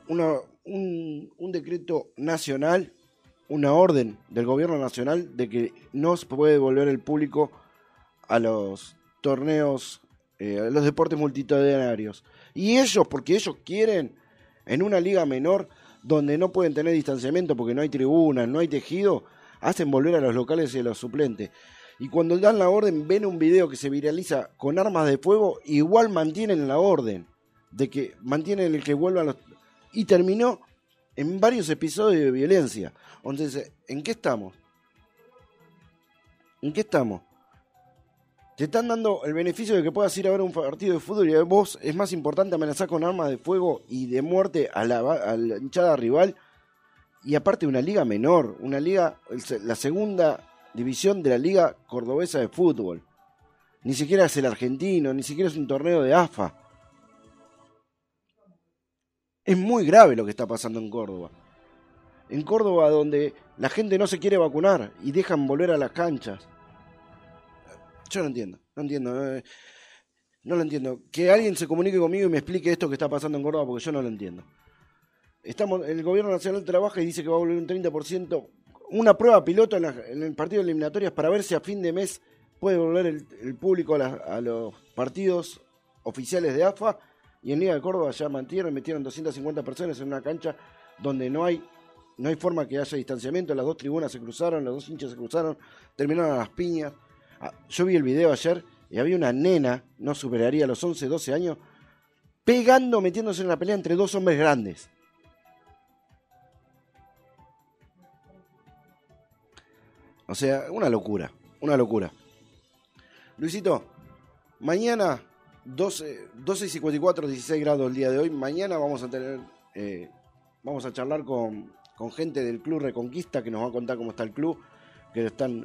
un decreto nacional, una orden del gobierno nacional de que no se puede devolver el público a los torneos, a los deportes multitudinarios. Y ellos, porque ellos quieren, en una liga menor donde no pueden tener distanciamiento porque no hay tribunas, no hay tejido, hacen volver a los locales y a los suplentes. Y cuando dan la orden, ven un video que se viraliza con armas de fuego, igual mantienen la orden de que mantienen el que vuelvan los... Y terminó en varios episodios de violencia. Entonces, ¿en qué estamos? ¿En qué estamos? Te están dando el beneficio de que puedas ir a ver un partido de fútbol y a vos es más importante amenazar con armas de fuego y de muerte a la hinchada rival. Y aparte una liga menor, una liga, la segunda división de la Liga Cordobesa de Fútbol. Ni siquiera es el argentino, ni siquiera es un torneo de AFA. Es muy grave lo que está pasando en Córdoba. En Córdoba, donde la gente no se quiere vacunar y dejan volver a las canchas. Yo no entiendo. No lo entiendo. Que alguien se comunique conmigo y me explique esto que está pasando en Córdoba, porque yo no lo entiendo. El gobierno nacional trabaja y dice que va a volver un 30%, una prueba piloto en el partido de eliminatorias para ver si a fin de mes puede volver el público a los partidos oficiales de AFA. Y en Liga de Córdoba ya metieron 250 personas en una cancha donde no hay forma que haya distanciamiento. Las 2 tribunas se cruzaron, los 2 hinchas se cruzaron, terminaron a las piñas. Yo vi el video ayer y había una nena, no superaría los 11, 12 años, metiéndose en la pelea entre 2 hombres grandes. O sea, una locura. Luisito, mañana 12:54, 16 grados el día de hoy. Mañana vamos a charlar con gente del Club Reconquista que nos va a contar cómo está el club, que están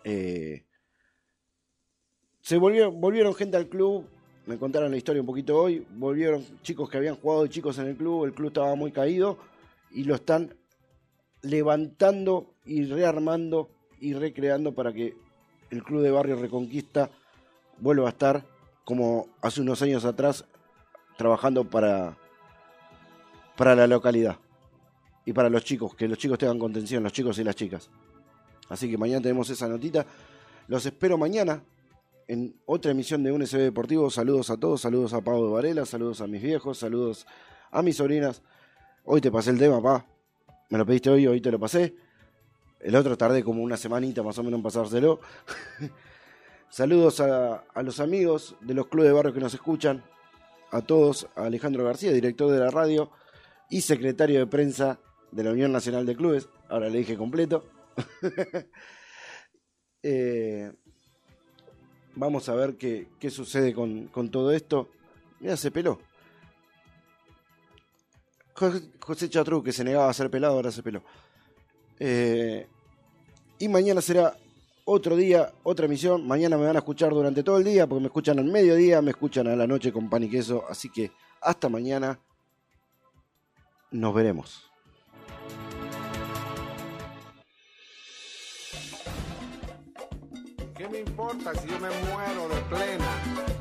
volvieron gente al club, me contaron la historia un poquito hoy, volvieron chicos que habían jugado de chicos en el club estaba muy caído y lo están levantando y rearmando y recreando para que el club de Barrio Reconquista vuelva a estar como hace unos años atrás, trabajando para la localidad y para los chicos, que los chicos tengan contención, los chicos y las chicas. Así que mañana tenemos esa notita. Los espero mañana en otra emisión de UNSB Deportivo. Saludos a todos, saludos a Pablo Varela, saludos a mis viejos, saludos a mis sobrinas. Hoy te pasé el tema, pa. Me lo pediste hoy te lo pasé. El otro tardé como una semanita más o menos en pasárselo. Saludos a los amigos de los clubes de barrio que nos escuchan. A todos, a Alejandro García, director de la radio y secretario de prensa de la Unión Nacional de Clubes. Ahora le dije completo. Vamos a ver qué sucede con todo esto. Mira, se peló. José Chatru, que se negaba a ser pelado, ahora se peló. Y mañana será otro día, otra emisión. Mañana me van a escuchar durante todo el día, porque me escuchan al mediodía, me escuchan a la noche con pan y queso. Así que hasta mañana. Nos veremos. ¿Qué me importa si yo me muero de plena?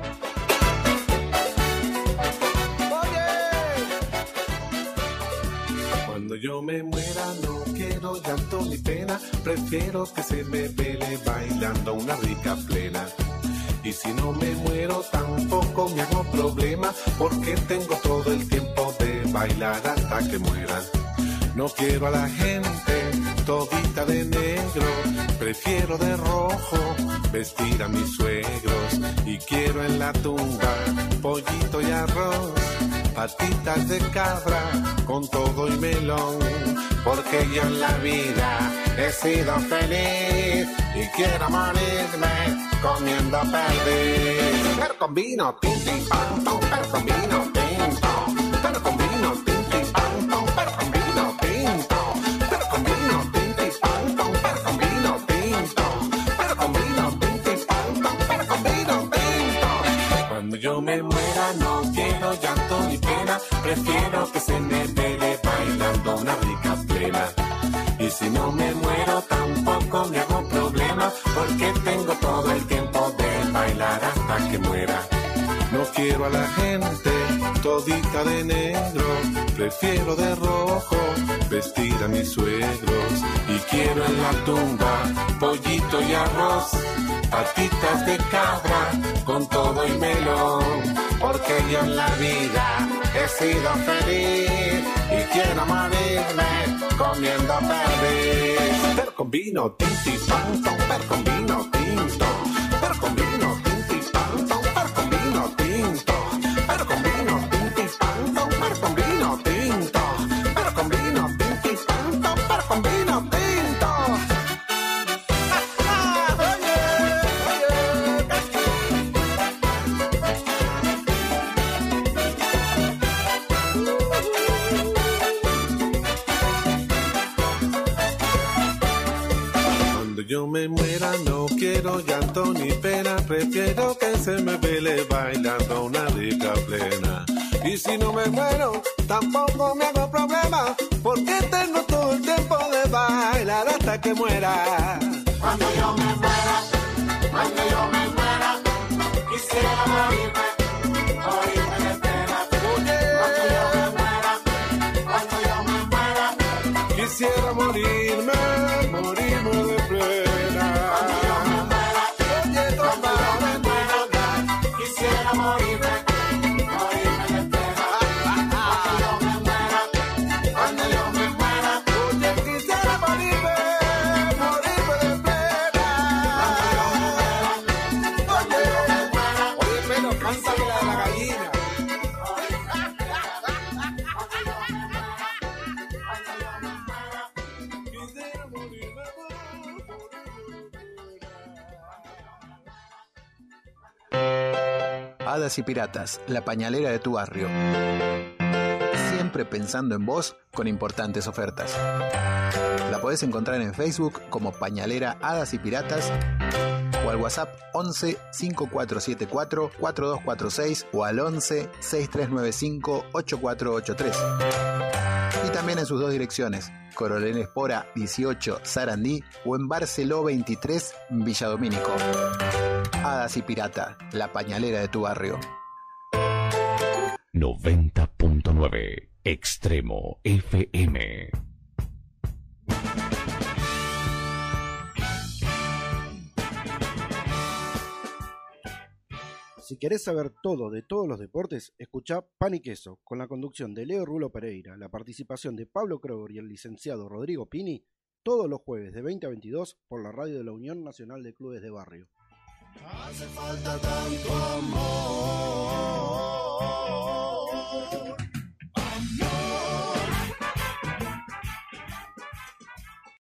Cuando yo me muera no quiero llanto ni pena, prefiero que se me vele bailando una rica plena. Y si no me muero tampoco me hago problema, porque tengo todo el tiempo de bailar hasta que muera. No quiero a la gente todita de negro, prefiero de rojo vestir a mis suegros. Y quiero en la tumba pollito y arroz, patitas de cabra con todo y melón, porque yo en la vida he sido feliz y quiero morirme comiendo perdiz. Pero con vino, tinti, pan, tom, pero con vino tinto, pero con vino, tinti, pan, tom, pero con vino tinto, pero con vino, tinti, pan, tom, pero con vino tinto, pero con vino, tinti, pan, tom, pero con vino tinto. Cuando yo me muera no quiero llanto ni pena, prefiero que se me vele bailando una rica plena. Y si no me muero tampoco me hago problema, porque tengo todo el tiempo de bailar hasta que muera. No quiero a la gente todita de negro, prefiero de rojo vestir a mis suegros. Y quiero en la tumba pollito y arroz, patitas de cabra con todo y melón, porque yo en la vida he sido feliz y quiero morirme comiendo perdiz. Pero con vino, tinti, pan, tom, pero con vino tinto, pero con vino, tinti, pan, tom, pero con vino tinto, pero con vino, tinti, pan, tom, pero con vino tinto, pero con vino, tinti, pan, tom, pero con vino tinto. Yo me muera, no quiero llanto ni pena, prefiero que se me vele bailando una rica plena. Y si no me muero, tampoco me hago problema, porque tengo todo el tiempo de bailar hasta que muera. Cuando yo me muera, quisiera morirme de pena. Cuando yo me muera, quisiera morirme de pena. Quisiera morirme de pena. Cuando yo me muera, oye, quisiera morirme de pena. Oye, pero cántale la de la gallina. Hadas y Piratas, la pañalera de tu barrio. Siempre pensando en vos con importantes ofertas. La podés encontrar en Facebook como Pañalera Hadas y Piratas o al WhatsApp 11 5474 4246 o al 11 6395 8483. Y también en sus dos direcciones, Coronel Espora 18 Sarandí o en Barceló 23 Villadomínico. Hadas y Pirata, la pañalera de tu barrio. 90.9 Extremo FM. Si querés saber todo de todos los deportes, escuchá Pan y Queso, con la conducción de Leo Rulo Pereira, la participación de Pablo Kroger y el licenciado Rodrigo Pini, todos los jueves de 20 a 22 por la radio de la Unión Nacional de Clubes de Barrio. Hace falta tanto amor.